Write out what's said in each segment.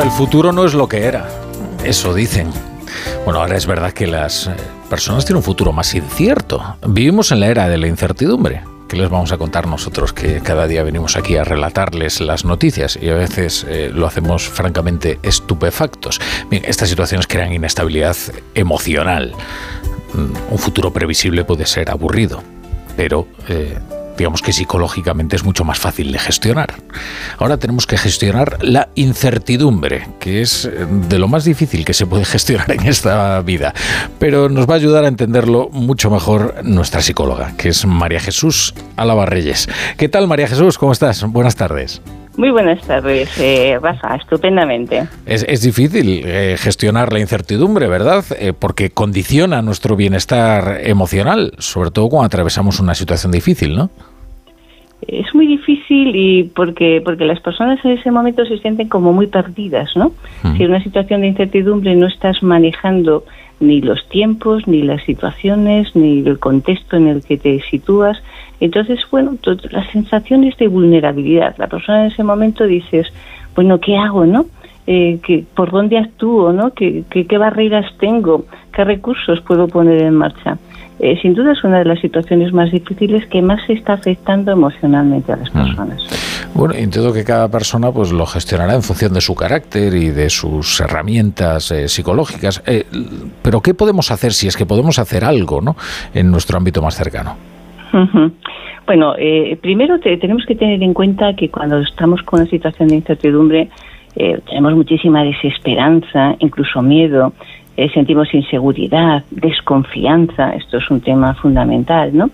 el futuro no es lo que era. Eso dicen. Bueno, ahora es verdad que las personas tienen un futuro más incierto. Vivimos en la era de la incertidumbre. ¿Qué les vamos a contar nosotros que cada día venimos aquí a relatarles las noticias y a veces lo hacemos francamente estupefactos? Bien, estas situaciones crean inestabilidad emocional. Un futuro previsible puede ser aburrido, pero digamos que psicológicamente es mucho más fácil de gestionar. Ahora tenemos que gestionar la incertidumbre, que es de lo más difícil que se puede gestionar en esta vida. Pero nos va a ayudar a entenderlo mucho mejor nuestra psicóloga, que es María Jesús Álava Reyes. ¿Qué tal, María Jesús? ¿Cómo estás? Buenas tardes. Muy buenas tardes, Rafa, estupendamente. Es difícil gestionar la incertidumbre, ¿verdad? Porque condiciona nuestro bienestar emocional, sobre todo cuando atravesamos una situación difícil, ¿no? Es muy difícil y porque las personas en ese momento se sienten como muy perdidas, ¿no? Si en una situación de incertidumbre no estás manejando ni los tiempos, ni las situaciones, ni el contexto en el que te sitúas, entonces, bueno, las sensaciones de vulnerabilidad. La persona en ese momento dices, bueno, ¿qué hago, no? ¿Por dónde actúo, no? ¿Qué barreras tengo? ¿Qué recursos puedo poner en marcha? Sin duda es una de las situaciones más difíciles que más se está afectando emocionalmente a las personas. Bueno, entiendo que cada persona pues lo gestionará en función de su carácter y de sus herramientas psicológicas. Pero ¿qué podemos hacer, si es que podemos hacer algo, ¿no?, en nuestro ámbito más cercano? Bueno, primero tenemos que tener en cuenta que cuando estamos con una situación de incertidumbre tenemos muchísima desesperanza, incluso miedo, sentimos inseguridad, desconfianza, esto es un tema fundamental, ¿no?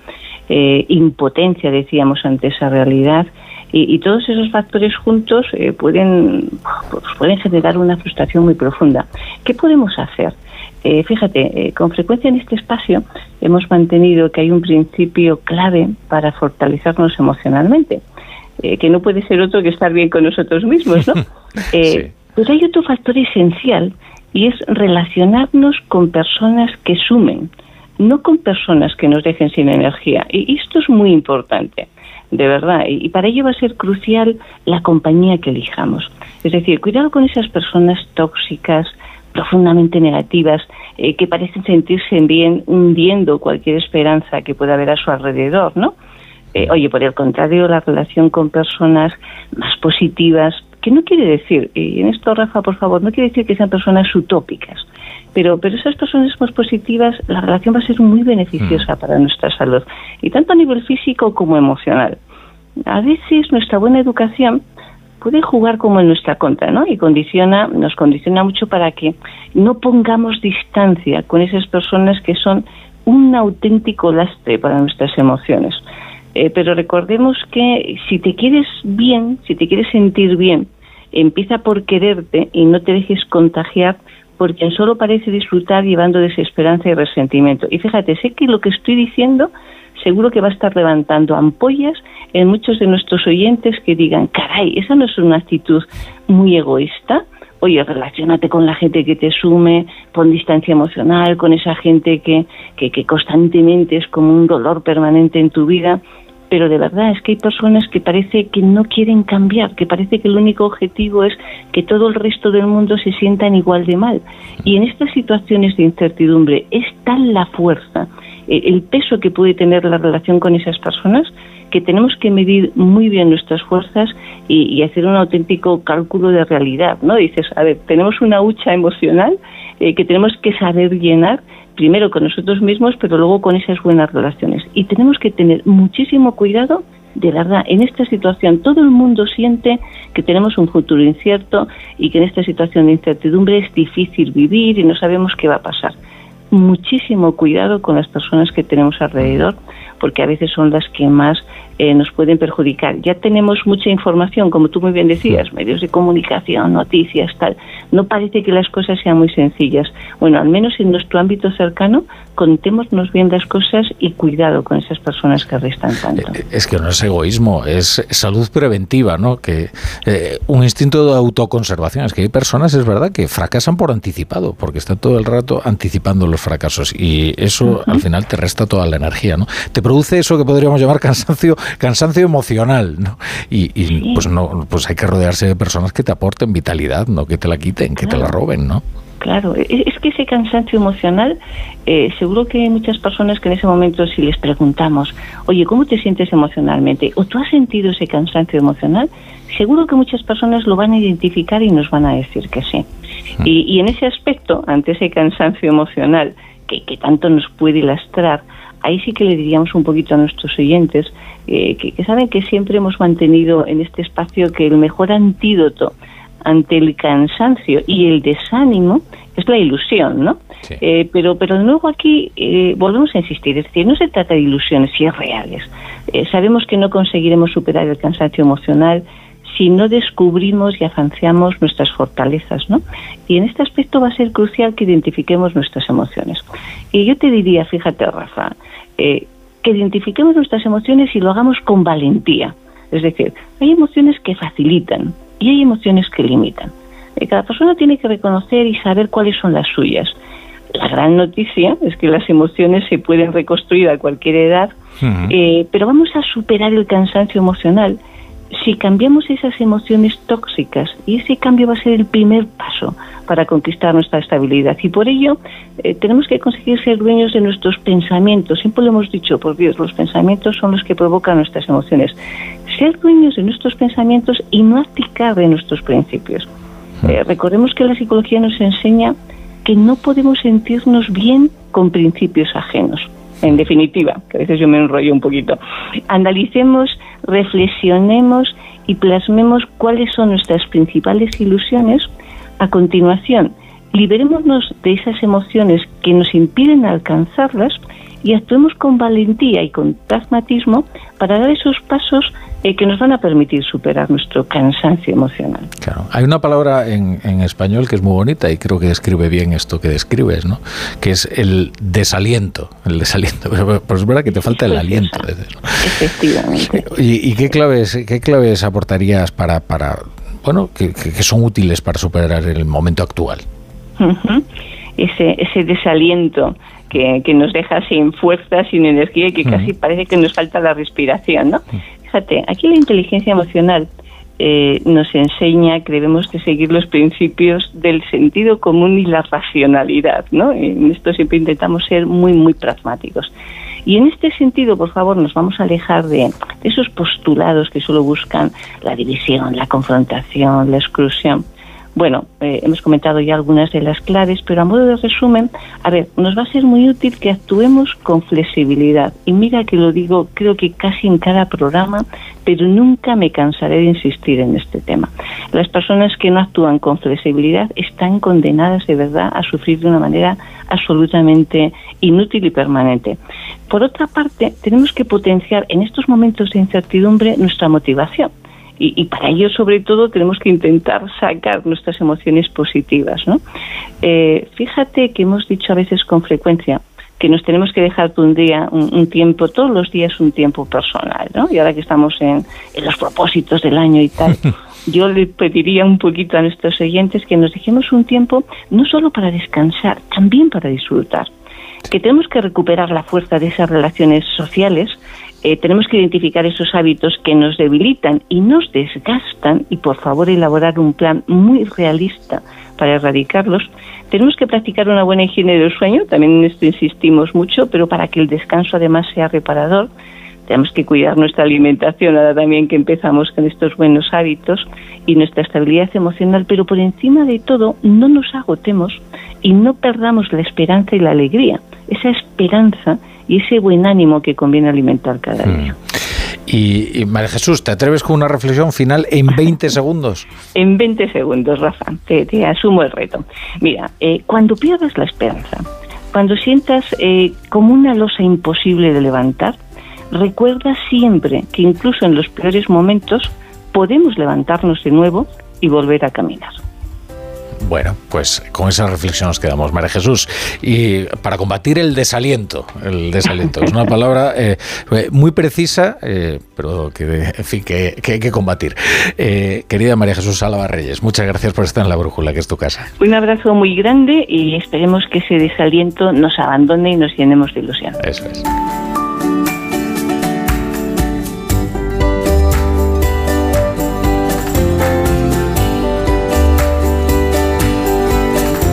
Impotencia, decíamos, ante esa realidad, y todos esos factores juntos pueden generar una frustración muy profunda. ¿Qué podemos hacer? Fíjate, con frecuencia en este espacio hemos mantenido que hay un principio clave para fortalecernos emocionalmente, que no puede ser otro que estar bien con nosotros mismos, ¿no? Sí. Pues hay otro factor esencial, y es relacionarnos con personas que sumen, no con personas que nos dejen sin energía. Y esto es muy importante, de verdad. Y para ello va a ser crucial la compañía que elijamos. Es decir, cuidado con esas personas tóxicas, profundamente negativas, que parecen sentirse bien hundiendo cualquier esperanza que pueda haber a su alrededor, ¿no? Oye, por el contrario, la relación con personas más positivas, que no quiere decir, y en esto, Rafa, por favor, no quiere decir que sean personas utópicas, pero esas personas más positivas, la relación va a ser muy beneficiosa para nuestra salud, y tanto a nivel físico como emocional. A veces nuestra buena educación puede jugar como en nuestra contra, ¿no? Y nos condiciona mucho para que no pongamos distancia con esas personas que son un auténtico lastre para nuestras emociones. Pero recordemos que si te quieres bien, si te quieres sentir bien, empieza por quererte y no te dejes contagiar por quien solo parece disfrutar llevando desesperanza y resentimiento. Y fíjate, sé que lo que estoy diciendo seguro que va a estar levantando ampollas en muchos de nuestros oyentes que digan, caray, esa no es una actitud muy egoísta. Oye, relaciónate con la gente que te sume, pon distancia emocional con esa gente que constantemente es como un dolor permanente en tu vida. Pero de verdad es que hay personas que parece que no quieren cambiar, que parece que el único objetivo es que todo el resto del mundo se sientan igual de mal. Y en estas situaciones de incertidumbre es tal la fuerza, el peso que puede tener la relación con esas personas, que tenemos que medir muy bien nuestras fuerzas y hacer un auténtico cálculo de realidad, ¿no? Dices, a ver, tenemos una hucha emocional que tenemos que saber llenar, primero con nosotros mismos, pero luego con esas buenas relaciones. Y tenemos que tener muchísimo cuidado, de verdad, en esta situación todo el mundo siente que tenemos un futuro incierto y que en esta situación de incertidumbre es difícil vivir y no sabemos qué va a pasar. Muchísimo cuidado con las personas que tenemos alrededor, porque a veces son las que más nos pueden perjudicar. Ya tenemos mucha información, como tú muy bien decías, medios de comunicación, noticias, tal. No parece que las cosas sean muy sencillas. Bueno, al menos en nuestro ámbito cercano, contémonos bien las cosas y cuidado con esas personas que restan tanto. Es que no es egoísmo, es salud preventiva, ¿no? Que un instinto de autoconservación. Es que hay personas, es verdad, que fracasan por anticipado, porque están todo el rato anticipando los fracasos y eso al final te resta toda la energía, ¿no? Te produce eso que podríamos llamar cansancio emocional, ¿no? Y pues no, pues hay que rodearse de personas que te aporten vitalidad, no que te la quiten, que te la roben, ¿no? Claro, es que ese cansancio emocional, seguro que hay muchas personas que en ese momento, si les preguntamos, oye, ¿cómo te sientes emocionalmente? ¿O tú has sentido ese cansancio emocional? Seguro que muchas personas lo van a identificar y nos van a decir que sí. Y en ese aspecto, ante ese cansancio emocional que tanto nos puede lastrar, ahí sí que le diríamos un poquito a nuestros oyentes que saben que siempre hemos mantenido en este espacio que el mejor antídoto ante el cansancio y el desánimo es la ilusión, ¿no? Sí. Pero de nuevo aquí volvemos a insistir, es decir, no se trata de ilusiones, si es reales. Sabemos que no conseguiremos superar el cansancio emocional si no descubrimos y afianzamos nuestras fortalezas, ¿no? Y en este aspecto va a ser crucial que identifiquemos nuestras emociones. Y yo te diría, fíjate, Rafa, que identifiquemos nuestras emociones y lo hagamos con valentía. Es decir, hay emociones que facilitan y hay emociones que limitan. Cada persona tiene que reconocer y saber cuáles son las suyas. La gran noticia es que las emociones se pueden reconstruir a cualquier edad, pero vamos a superar el cansancio emocional si cambiamos esas emociones tóxicas, y ese cambio va a ser el primer paso para conquistar nuestra estabilidad. Y por ello tenemos que conseguir ser dueños de nuestros pensamientos. Siempre lo hemos dicho, por Dios, los pensamientos son los que provocan nuestras emociones. Ser dueños de nuestros pensamientos y no abdicar de nuestros principios. Recordemos que la psicología nos enseña que no podemos sentirnos bien con principios ajenos. En definitiva, que a veces yo me enrollo un poquito, analicemos, reflexionemos y plasmemos cuáles son nuestras principales ilusiones. A continuación, liberémonos de esas emociones que nos impiden alcanzarlas y actuemos con valentía y con pragmatismo para dar esos pasos que nos van a permitir superar nuestro cansancio emocional. Claro. Hay una palabra en español que es muy bonita y creo que describe bien esto que describes, ¿no? Que es el desaliento. El desaliento. Pues es verdad que te falta el aliento. ¿No? Efectivamente. ¿Y qué claves aportarías para bueno, que son útiles para superar el momento actual? Ese desaliento que nos deja sin fuerza, sin energía y que casi parece que nos falta la respiración, ¿no? Fíjate, aquí la inteligencia emocional nos enseña que debemos de seguir los principios del sentido común y la racionalidad, ¿no? En esto siempre intentamos ser muy, muy pragmáticos. Y en este sentido, por favor, nos vamos a alejar de esos postulados que solo buscan la división, la confrontación, la exclusión. Bueno, hemos comentado ya algunas de las claves, pero a modo de resumen, nos va a ser muy útil que actuemos con flexibilidad. Y mira que lo digo, creo que casi en cada programa, pero nunca me cansaré de insistir en este tema. Las personas que no actúan con flexibilidad están condenadas de verdad a sufrir de una manera absolutamente inútil y permanente. Por otra parte, tenemos que potenciar en estos momentos de incertidumbre nuestra motivación. Y para ello, sobre todo, tenemos que intentar sacar nuestras emociones positivas, ¿no? Fíjate que hemos dicho a veces con frecuencia que nos tenemos que dejar un tiempo, todos los días un tiempo personal, ¿no? Y ahora que estamos en los propósitos del año y tal, yo le pediría un poquito a nuestros oyentes que nos dejemos un tiempo no solo para descansar, también para disfrutar. Que tenemos que recuperar la fuerza de esas relaciones sociales. Tenemos que identificar esos hábitos que nos debilitan y nos desgastan y, por favor, elaborar un plan muy realista para erradicarlos. Tenemos que practicar una buena higiene del sueño, también en esto insistimos mucho, pero para que el descanso además sea reparador. Tenemos que cuidar nuestra alimentación, ahora también que empezamos con estos buenos hábitos, y nuestra estabilidad emocional, pero por encima de todo, no nos agotemos y no perdamos la esperanza y la alegría, esa esperanza y ese buen ánimo que conviene alimentar cada día. Y María Jesús, ¿te atreves con una reflexión final en 20 segundos? En 20 segundos, Rafa, te asumo el reto. Mira, cuando pierdas la esperanza, cuando sientas como una losa imposible de levantar, recuerda siempre que incluso en los peores momentos podemos levantarnos de nuevo y volver a caminar. Bueno, pues con esa reflexión nos quedamos, María Jesús. Y para combatir el desaliento es una palabra muy precisa, pero que hay que combatir. Querida María Jesús Álava Reyes, muchas gracias por estar en La Brújula, que es tu casa. Un abrazo muy grande y esperemos que ese desaliento nos abandone y nos llenemos de ilusión. Eso es.